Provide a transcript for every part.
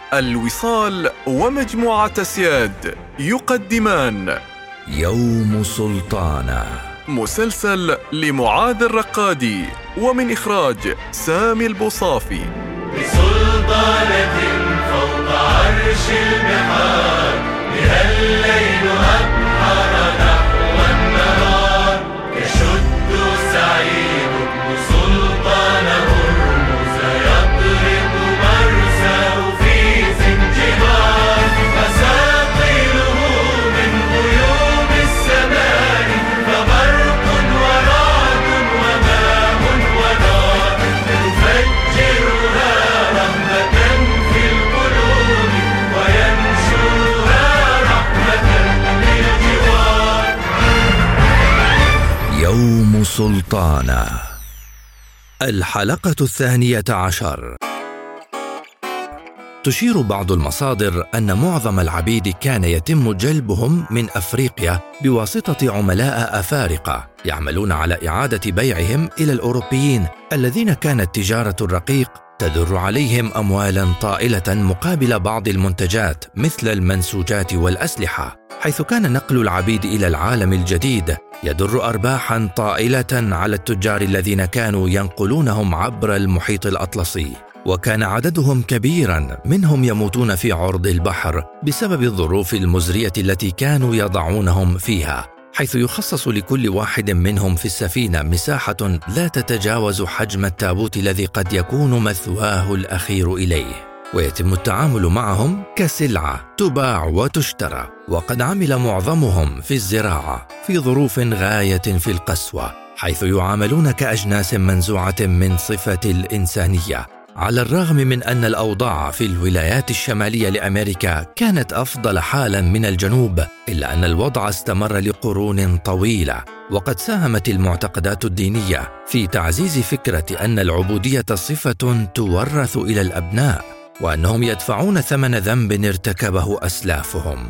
الوصال ومجموعة سياد يقدمان يوم سلطانة، مسلسل لمعاذ الرقادي، ومن إخراج سامي البوصافي. بسلطانة فوق عرش البحار، بها الليل أبحر نحو النهار، يشد سعيد بن سلطان هرمز، يضرب مرساه في زنجبار، أساطيله من غيوم السماء، فبرق ورعد وماء ونار، يفجرها رحمة في القلوب، وينشرها رحمة للجوار. يوم سلطانة، الحلقة 12. تشير بعض المصادر أن معظم العبيد كان يتم جلبهم من أفريقيا بواسطة عملاء أفارقة يعملون على إعادة بيعهم إلى الأوروبيين الذين كانت تجارة الرقيق تدر عليهم أموالاً طائلة مقابل بعض المنتجات مثل المنسوجات والأسلحة، حيث كان نقل العبيد إلى العالم الجديد يدر أرباحاً طائلة على التجار الذين كانوا ينقلونهم عبر المحيط الأطلسي، وكان عددهم كبيراً، منهم يموتون في عرض البحر بسبب الظروف المزرية التي كانوا يضعونهم فيها، حيث يخصص لكل واحد منهم في السفينة مساحة لا تتجاوز حجم التابوت الذي قد يكون مثواه الأخير إليه، ويتم التعامل معهم كسلعة تباع وتشترى. وقد عمل معظمهم في الزراعة في ظروف غاية في القسوة، حيث يعاملون كأجناس منزوعة من صفة الإنسانية، على الرغم من أن الأوضاع في الولايات الشمالية لأمريكا كانت أفضل حالا من الجنوب، إلا أن الوضع استمر لقرون طويلة. وقد ساهمت المعتقدات الدينية في تعزيز فكرة أن العبودية صفة تورث إلى الأبناء، وأنهم يدفعون ثمن ذنب ارتكبه أسلافهم.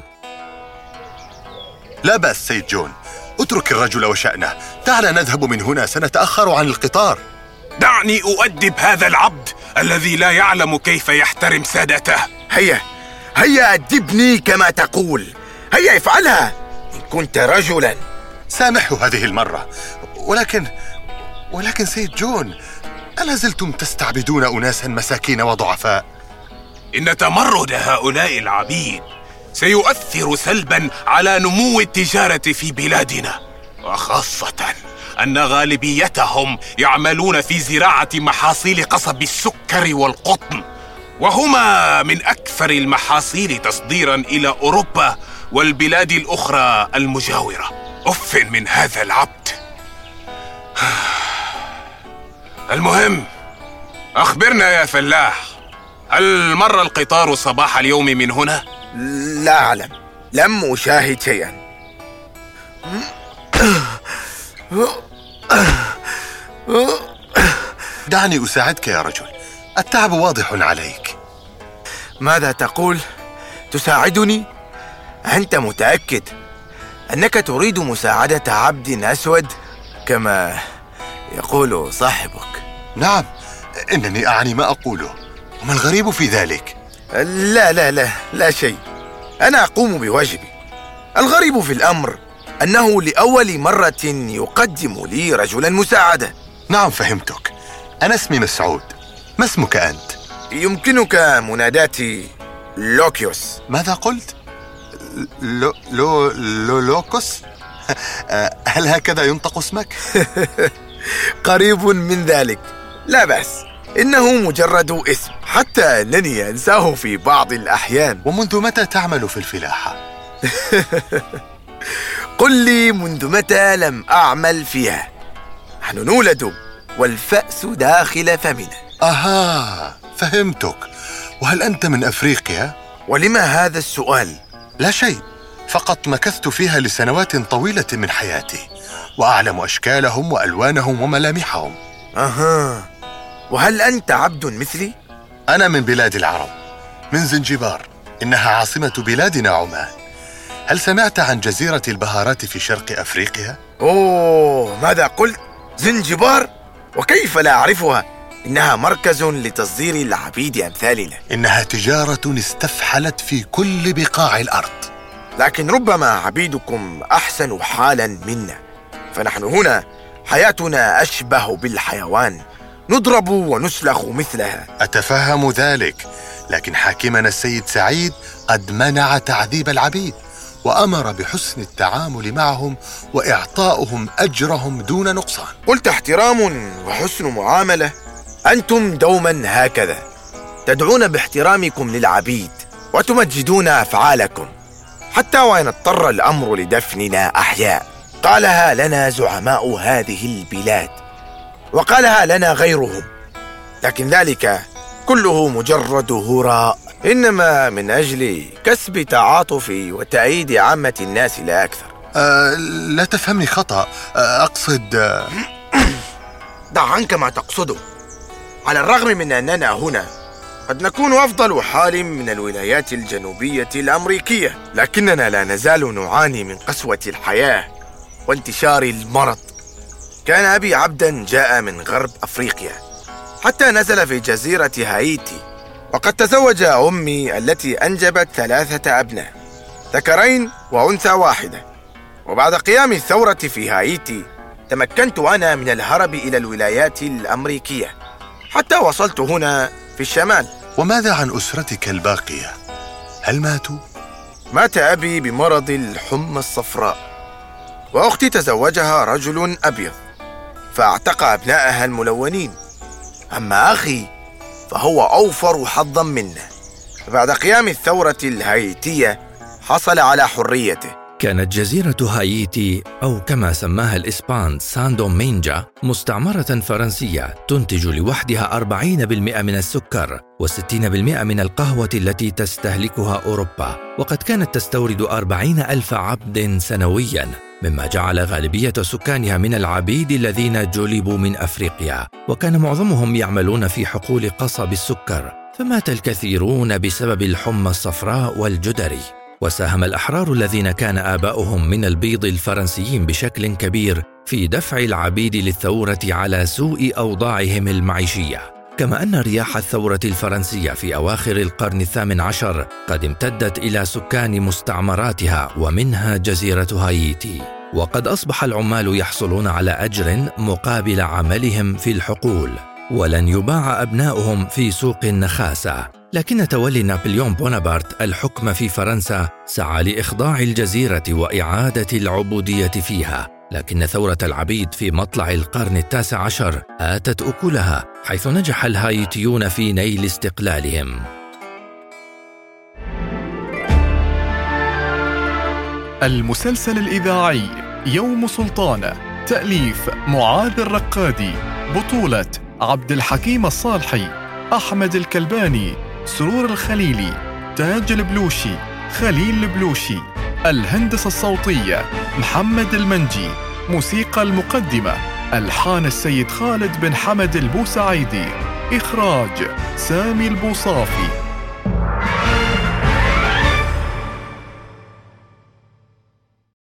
لا بأس سيد جون، اترك الرجل وشأنه، تعال نذهب من هنا، سنتأخر عن القطار. دعني أؤدب هذا العبد الذي لا يعلم كيف يحترم سادته. هيا أدبني كما تقول، هيا افعلها إن كنت رجلا. سامحه هذه المرة، ولكن سيد جون، ألا زلتم تستعبدون أناسا مساكين وضعفاء؟ إن تمرد هؤلاء العبيد سيؤثر سلبا على نمو التجارة في بلادنا، وخاصة أن غالبيتهم يعملون في زراعة محاصيل قصب السكر والقطن، وهما من أكثر المحاصيل تصديراً إلى أوروبا والبلاد الأخرى المجاورة. أف من هذا العبد. المهم، أخبرنا يا فلاح، هل مر القطار صباح اليوم من هنا؟ لا أعلم، لم أشاهد شيئاً. دعني أساعدك يا رجل، التعب واضح عليك. ماذا تقول؟ تساعدني؟ أنت متأكد أنك تريد مساعدة عبد أسود كما يقول صاحبك؟ نعم، إنني أعني ما أقوله، وما الغريب في ذلك؟ لا شيء، أنا أقوم بواجبي. الغريب في الأمر أنه لأول مرة يقدم لي رجلا مساعدة. نعم فهمتك، أنا اسمي مسعود. ما اسمك أنت؟ يمكنك مناداتي لوكيوس. ماذا قلت؟ لوكوس؟ هل هكذا ينطق اسمك؟ قريب من ذلك، لا بأس، إنه مجرد اسم، حتى أنني أنساه في بعض الأحيان. ومنذ متى تعمل في الفلاحة؟ قل لي منذ متى لم أعمل فيها؟ نحن نولد والفأس داخل فمنا. أها، فهمتك. وهل أنت من أفريقيا؟ ولما هذا السؤال؟ لا شيء، فقط مكثت فيها لسنوات طويلة من حياتي، وأعلم أشكالهم وألوانهم وملامحهم. أها، وهل أنت عبد مثلي؟ أنا من بلاد العرب، من زنجبار، إنها عاصمة بلادنا عمان. هل سمعت عن جزيرة البهارات في شرق أفريقيا؟ أوه، ماذا قلت؟ زنجبار؟ وكيف لا أعرفها؟ إنها مركز لتصدير العبيد أمثالنا. إنها تجارة استفحلت في كل بقاع الأرض. لكن ربما عبيدكم أحسن حالا منا، فنحن هنا حياتنا أشبه بالحيوان، نضرب ونسلخ مثلها. أتفهم ذلك، لكن حاكمنا السيد سعيد قد منع تعذيب العبيد وأمر بحسن التعامل معهم وإعطاؤهم أجرهم دون نقصان. قلت احترام وحسن معاملة. أنتم دوما هكذا تدعون باحترامكم للعبيد وتمجدون أفعالكم، حتى وإن اضطر الأمر لدفننا أحياء. قالها لنا زعماء هذه البلاد وقالها لنا غيرهم، لكن ذلك كله مجرد هراء، إنما من أجل كسب تعاطف وتأييد عامة الناس لا أكثر. لا تفهمني خطأ، أقصد دع عنك ما تقصده. على الرغم من أننا هنا قد نكون أفضل حال من الولايات الجنوبية الأمريكية، لكننا لا نزال نعاني من قسوة الحياة وانتشار المرض. كان أبي عبدا جاء من غرب أفريقيا حتى نزل في جزيرة هايتي، وقد تزوج أمي التي أنجبت 3 أبناء، ذكرين وأنثى واحدة. وبعد قيام الثورة في هايتي تمكنت أنا من الهرب إلى الولايات الأمريكية حتى وصلت هنا في الشمال. وماذا عن أسرتك الباقية؟ هل ماتوا؟ مات أبي بمرض الحمى الصفراء، وأختي تزوجها رجل أبيض فاعتق أبنائها الملونين. أما أخي فهو أوفر حظا منا، بعد قيام الثورة الهايتية حصل على حريته. كانت جزيرة هايتي أو كما سماها الإسبان سان دومينجا مستعمرة فرنسية تنتج لوحدها 40% من السكر و60% من القهوة التي تستهلكها أوروبا، وقد كانت تستورد 40,000 عبد سنوياً، مما جعل غالبية سكانها من العبيد الذين جلبوا من أفريقيا، وكان معظمهم يعملون في حقول قصب السكر، فمات الكثيرون بسبب الحمى الصفراء والجدري. وساهم الأحرار الذين كان آباؤهم من البيض الفرنسيين بشكل كبير في دفع العبيد للثورة على سوء أوضاعهم المعيشية، كما أن رياح الثورة الفرنسية في أواخر القرن 18 قد امتدت إلى سكان مستعمراتها ومنها جزيرة هايتي. وقد أصبح العمال يحصلون على أجر مقابل عملهم في الحقول، ولن يباع أبناؤهم في سوق النخاسة. لكن تولي نابليون بونابرت الحكم في فرنسا سعى لإخضاع الجزيرة وإعادة العبودية فيها، لكن ثورة العبيد في مطلع القرن 19 آتت أكلها، حيث نجح الهايتيون في نيل استقلالهم. المسلسل الإذاعي يوم سلطانة، تأليف معاذ الرقادي، بطولة عبد الحكيم الصالحي، أحمد الكلباني، سرور الخليلي، تاج البلوشي، خليل البلوشي. الهندسة الصوتية محمد المنجي. موسيقى المقدمة ألحان السيد خالد بن حمد البوسعيدي. إخراج سامي البوصافي.